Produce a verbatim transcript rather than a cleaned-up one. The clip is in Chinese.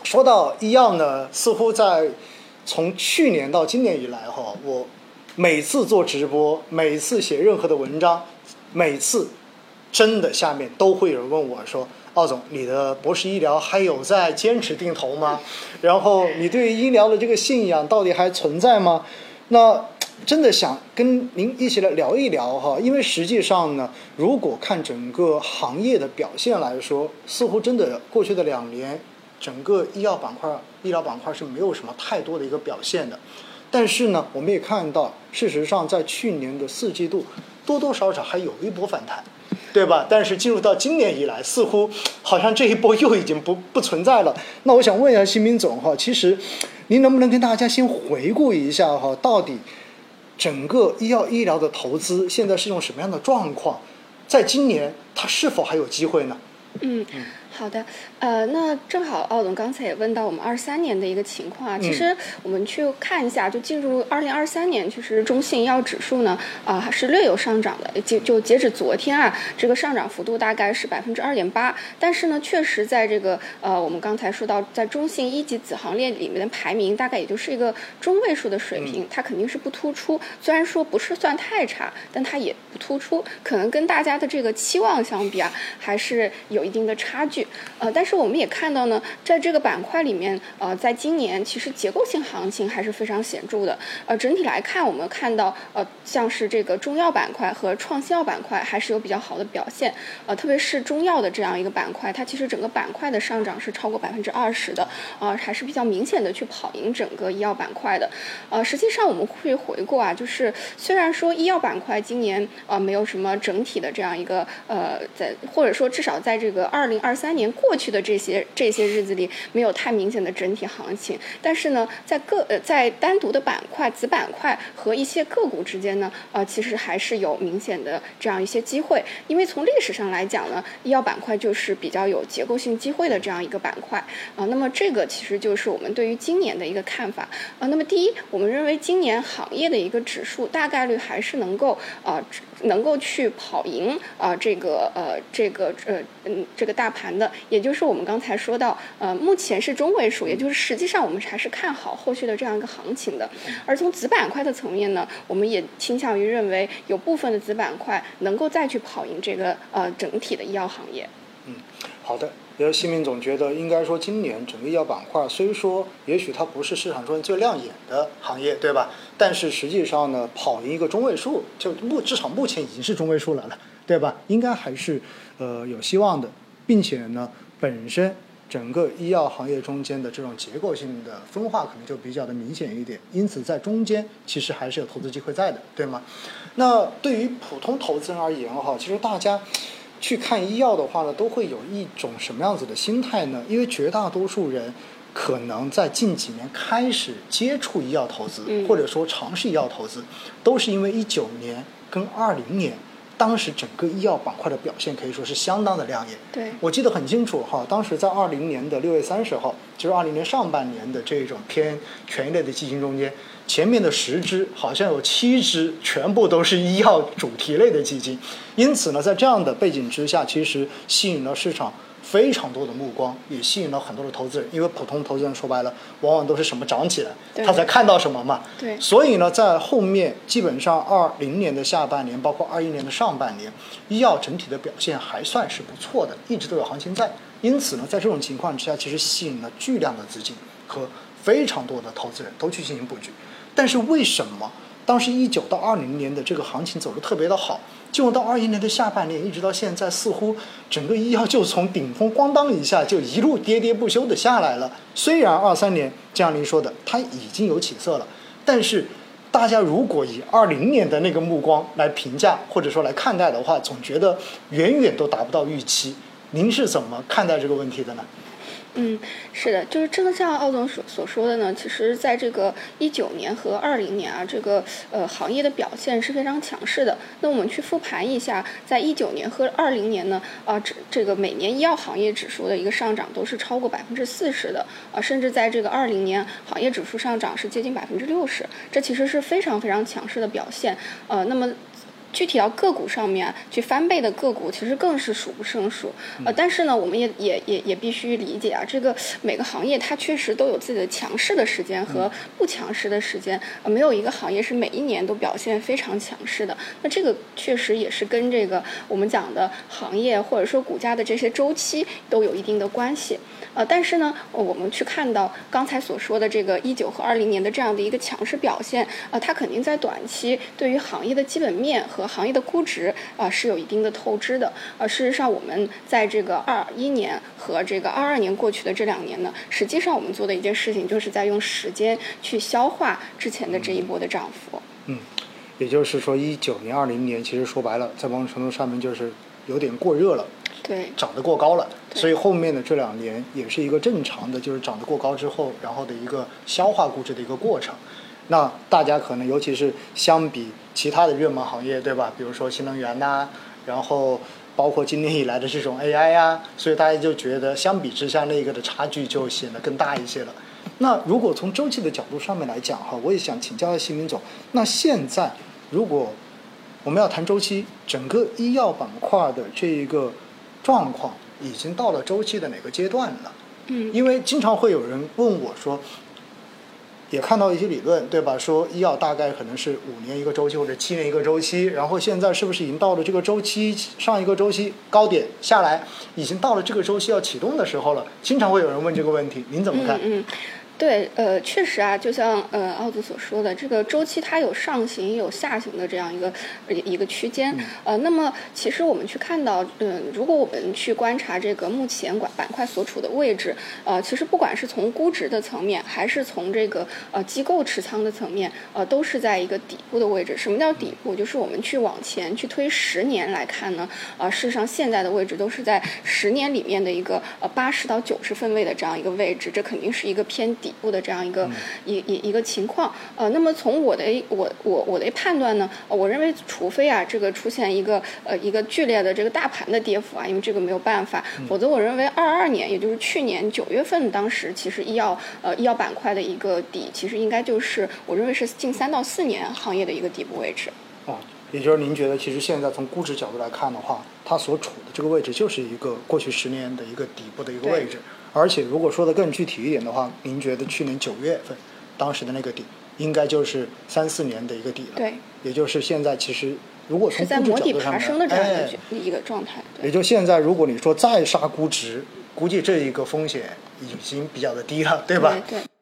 说到医药呢，似乎在从去年到今年以来哈，我每次做直播，每次写任何的文章，每次真的下面都会有人问我说，奥总，你的博士医疗还有在坚持定投吗？然后你对医疗的这个信仰到底还存在吗？那真的想跟您一起来聊一聊哈，因为实际上呢，如果看整个行业的表现来说，似乎真的过去的两年，整个医药板块、医疗板块是没有什么太多的一个表现的。但是呢，我们也看到，事实上在去年的四季度，多多少少还有一波反弹，对吧？但是进入到今年以来，似乎好像这一波又已经不不存在了。那我想问一下新民总哈，其实您能不能跟大家先回顾一下哈，到底整个医药医疗的投资现在是用什么样的状况？在今年它是否还有机会呢？ 嗯，好的，呃，那正好奥总刚才也问到我们二三年的一个情况啊，其实我们去看一下，就进入二零二三年，其实中信医药指数呢，啊、呃、是略有上涨的，就就截止昨天啊，这个上涨幅度大概是百分之二点八，但是呢，确实在这个呃我们刚才说到，在中信一级子行列里面的排名，大概也就是一个中位数的水平，嗯、它肯定是不突出，虽然说不是算太差，但它也不突出，可能跟大家的这个期望相比啊，还是有一定的差距。呃，但是我们也看到呢，在这个板块里面，呃，在今年其实结构性行情还是非常显著的。呃，整体来看，我们看到呃，像是这个中药板块和创新药板块还是有比较好的表现。呃，特别是中药的这样一个板块，它其实整个板块的上涨是超过百分之二十的，啊、呃，还是比较明显的去跑赢整个医药板块的。呃，实际上我们会回顾啊，就是虽然说医药板块今年呃没有什么整体的这样一个呃，在或者说至少在这个二零二三年过去的这些这些日子里没有太明显的整体行情，但是呢，在个呃在单独的板块、子板块和一些个股之间呢，呃，其实还是有明显的这样一些机会。因为从历史上来讲呢，医药板块就是比较有结构性机会的这样一个板块啊、呃。那么这个其实就是我们对于今年的一个看法啊、呃。那么第一，我们认为今年行业的一个指数大概率还是能够啊、呃、能够去跑赢啊、呃、这个呃这个呃嗯这个大盘的。也就是我们刚才说到，呃，目前是中位数，也就是实际上我们还是看好后续的这样一个行情的。而从子板块的层面呢，我们也倾向于认为有部分的子板块能够再去跑赢这个呃整体的医药行业。 嗯，好的。也新民总觉得，应该说今年整个医药板块虽说也许它不是市场中最亮眼的行业，对吧？但是实际上呢，跑赢一个中位数，就目至少目前已经是中位数了了，对吧？应该还是呃有希望的，并且呢，本身整个医药行业中间的这种结构性的分化可能就比较的明显一点，因此在中间其实还是有投资机会在的，对吗？那对于普通投资人而言哈，其实大家去看医药的话呢，都会有一种什么样子的心态呢？因为绝大多数人可能在近几年开始接触医药投资， 嗯、 或者说尝试医药投资，都是因为一九年跟二零年。当时整个医药板块的表现可以说是相当的亮眼。 对， 我记得很清楚哈，当时在二零年的六月三十号，就是二零年上半年的这种偏权益类的基金中间，前面的十只好像有七只全部都是医药主题类的基金，因此呢，在这样的背景之下，其实吸引了市场非常多的目光，也吸引了很多的投资人，因为普通投资人说白了，往往都是什么涨起来，他才看到什么嘛。 对。 所以呢，在后面基本上二零年的下半年，包括二一年的上半年，医药整体的表现还算是不错的，一直都有行情在。因此呢，在这种情况之下，其实吸引了巨量的资金和非常多的投资人都去进行布局。但是为什么当时一九到二零年的这个行情走得特别的好？进入到二一年的下半年，一直到现在，似乎整个医药就从顶峰咣当一下就一路跌跌不休的下来了。虽然二三年，就像您说的，它已经有起色了，但是大家如果以二零年的那个目光来评价或者说来看待的话，总觉得远远都达不到预期。您是怎么看待这个问题的呢？ 嗯，是的，就是正像奥总所所说的呢，其实在这个一九年和二零年啊，这个呃行业的表现是非常强势的。那我们去复盘一下，在一九年和二零年呢，啊、呃，这这个每年医药行业指数的一个上涨都是超过百分之四十的，啊、呃，甚至在这个二零年行业指数上涨是接近百分之六十，这其实是非常非常强势的表现。呃，那么。 具体到个股上面去翻倍的个股，其实更是数不胜数。呃，但是呢，我们也也也也必须理解啊，这个每个行业它确实都有自己的强势的时间和不强势的时间，呃，没有一个行业是每一年都表现非常强势的。那这个确实也是跟这个我们讲的行业或者说股价的这些周期都有一定的关系。呃，但是呢，我们去看到刚才所说的这个一九和二零年的这样的一个强势表现，呃，它肯定在短期对于行业的基本面和行业的估值啊、呃、是有一定的透支的。呃，事实上我们在这个二一年和这个二二年过去的这两年呢，实际上我们做的一件事情就是在用时间去消化之前的这一波的涨幅。 嗯，也就是说一九年、二零年其实说白了，在某种程度上面就是有点过热了。 对， 涨得过高了，所以后面的这两年也是一个正常的，就是涨得过高之后，然后的一个消化估值的一个过程。那大家可能尤其是相比其他的热门行业，对吧？比如说新能源呐、啊，然后包括今年以来的这种 A I 呀，所以大家就觉得相比之下那个的差距就显得更大一些了。那如果从周期的角度上面来讲哈，我也想请教一下新民总，那现在如果我们要谈周期，整个医药板块的这一个状况已经到了周期的哪个阶段了？ 嗯， 因为经常会有人问我说，也看到一些理论，对吧？说医药大概可能是五年一个周期或者七年一个周期，然后现在是不是已经到了这个周期上一个周期高点下来，已经到了这个周期要启动的时候了？经常会有人问这个问题，您怎么看？ 嗯嗯对，呃，确实啊，就像呃奥子所说的，这个周期它有上行也有下行的这样一个一个区间。 嗯、 呃，那么其实我们去看到，嗯、呃，如果我们去观察这个目前管板块所处的位置，呃，其实不管是从估值的层面，还是从这个呃机构持仓的层面，呃，都是在一个底部的位置。什么叫底部？就是我们去往前去推十年来看呢，呃，事实上现在的位置都是在十年里面的一个呃八十到九十分位的这样一个位置，这肯定是一个偏底。底部的这样一个、嗯、一一一个情况，呃，那么从我的我我我的判断呢，我认为除非啊这个出现一个呃一个剧烈的这个大盘的跌幅啊，因为这个没有办法，嗯、否则我认为二二年，也就是去年九月份，当时其实医药呃医药板块的一个底，其实应该就是我认为是近三到四年行业的一个底部位置。 哦，也就是您觉得，其实现在从估值角度来看的话，它所处的这个位置就是一个过去十年的一个底部的一个位置。而且如果说的更具体一点的话，您觉得去年九月份当时的那个底应该就是三四年的一个底了。 对， 也就是现在其实如果从估值角度上面， 是在磨底爬升的这样一个、哎、一个状态。 也就现在如果你说再杀估值，估计这一个风险已经比较的低了，对吧？ 对。对